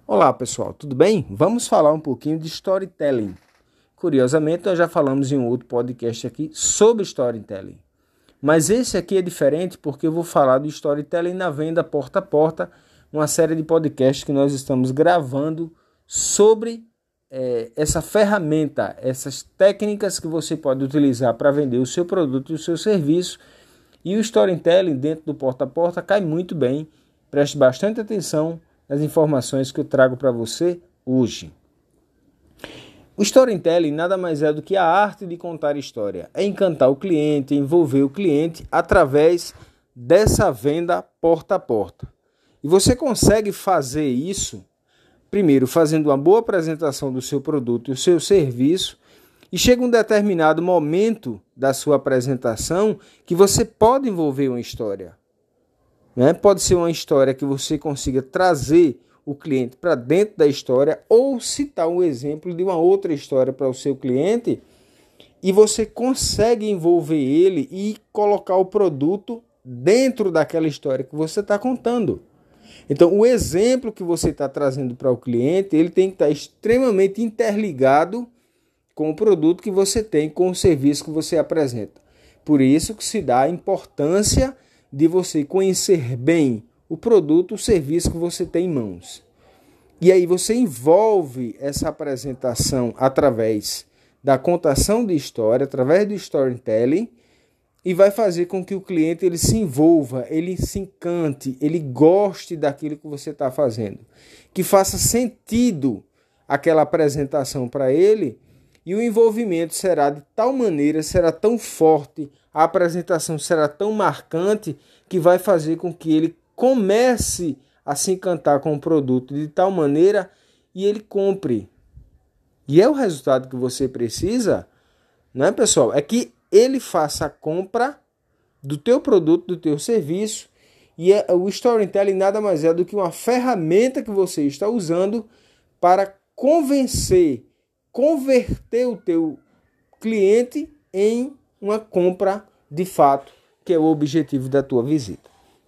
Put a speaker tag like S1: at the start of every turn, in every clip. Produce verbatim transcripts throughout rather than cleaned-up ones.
S1: Olá pessoal, tudo bem? Vamos falar um pouquinho de storytelling. Curiosamente, nós já falamos em um outro podcast aqui sobre storytelling. Mas esse aqui é diferente porque eu vou falar do storytelling na venda porta a porta, uma série de podcasts que nós estamos gravando sobre é, essa ferramenta, essas técnicas que você pode utilizar para vender o seu produto e o seu serviço. E o storytelling dentro do porta a porta cai muito bem. Preste bastante atenção nas informações que eu trago para você hoje. O storytelling nada mais é do que a arte de contar história. É encantar o cliente, envolver o cliente através dessa venda porta a porta. E você consegue fazer isso, primeiro, fazendo uma boa apresentação do seu produto e o seu serviço, e chega um determinado momento da sua apresentação que você pode envolver uma história. Né? Pode ser uma história que você consiga trazer o cliente para dentro da história ou citar um exemplo de uma outra história para o seu cliente e você consegue envolver ele e colocar o produto dentro daquela história que você está contando. Então, o exemplo que você está trazendo para o cliente, ele tem que estar extremamente interligado com o produto que você tem, com o serviço que você apresenta. Por isso que se dá a importância de você conhecer bem o produto, o serviço que você tem em mãos. E aí você envolve essa apresentação através da contação de história, através do storytelling, e vai fazer com que o cliente ele se envolva, ele se encante, ele goste daquilo que você está fazendo. Que faça sentido aquela apresentação para ele, e o envolvimento será de tal maneira, será tão forte, a apresentação será tão marcante que vai fazer com que ele comece a se encantar com o produto de tal maneira e ele compre. E é o resultado que você precisa, né, pessoal? É que ele faça a compra do teu produto, do teu serviço. E é, o storytelling nada mais é do que uma ferramenta que você está usando para convencer, converter o teu cliente em uma compra de fato, que é o objetivo da tua visita.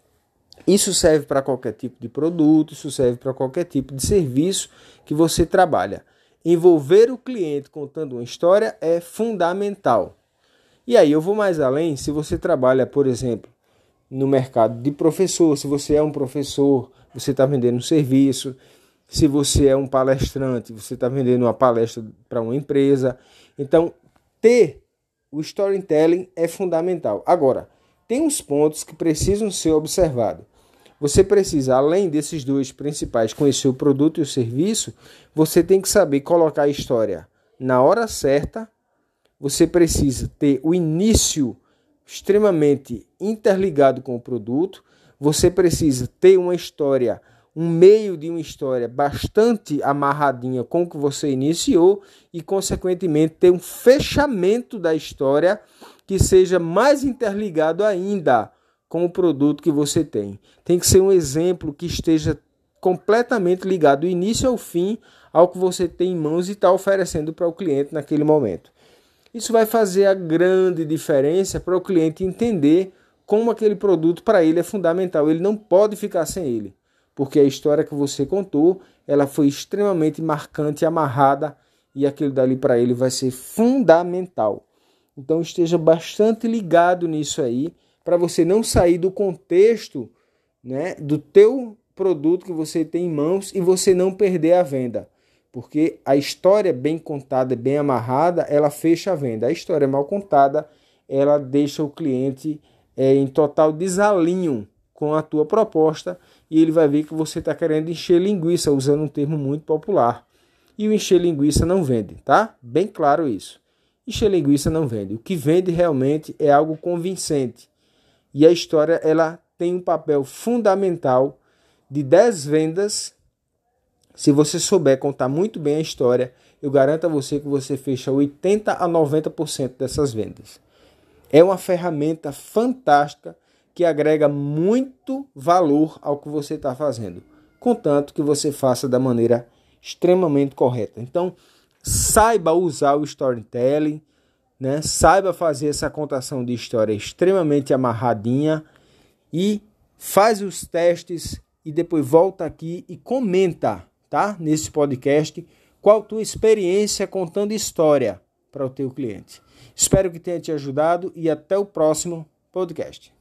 S1: Isso serve para qualquer tipo de produto, isso serve para qualquer tipo de serviço que você trabalha. Envolver o cliente contando uma história é fundamental. E aí eu vou mais além, se você trabalha, por exemplo, no mercado de professor, se você é um professor, você está vendendo um serviço, se você é um palestrante, você está vendendo uma palestra para uma empresa. Então, ter o storytelling é fundamental. Agora, tem uns pontos que precisam ser observados. Você precisa, além desses dois principais, conhecer o produto e o serviço, você tem que saber colocar a história na hora certa. Você precisa ter o início extremamente interligado com o produto. Você precisa ter uma história, um meio de uma história bastante amarradinha com o que você iniciou e, consequentemente, ter um fechamento da história que seja mais interligado ainda com o produto que você tem. Tem que ser um exemplo que esteja completamente ligado do início ao fim ao que você tem em mãos e está oferecendo para o cliente naquele momento. Isso vai fazer a grande diferença para o cliente entender como aquele produto para ele é fundamental. Ele não pode ficar sem ele, porque a história que você contou, ela foi extremamente marcante, amarrada, e aquilo dali para ele vai ser fundamental. Então esteja bastante ligado nisso aí, para você não sair do contexto, né, do teu produto que você tem em mãos e você não perder a venda. Porque a história bem contada, bem amarrada, ela fecha a venda. A história mal contada, ela deixa o cliente é, em total desalinho com a tua proposta e ele vai ver que você está querendo encher linguiça, usando um termo muito popular. E o encher linguiça não vende, tá? Bem claro isso. Encher linguiça não vende. O que vende realmente é algo convincente. E a história ela tem um papel fundamental de dez vendas. Se você souber contar muito bem a história, eu garanto a você que você fecha oitenta a noventa por cento dessas vendas. É uma ferramenta fantástica que agrega muito valor ao que você está fazendo, contanto que você faça da maneira extremamente correta. Então, saiba usar o storytelling, né? Saiba fazer essa contação de história extremamente amarradinha e faz os testes e depois volta aqui e comenta tá? Nesse podcast, qual a tua experiência contando história para o teu cliente. Espero que tenha te ajudado e até o próximo podcast.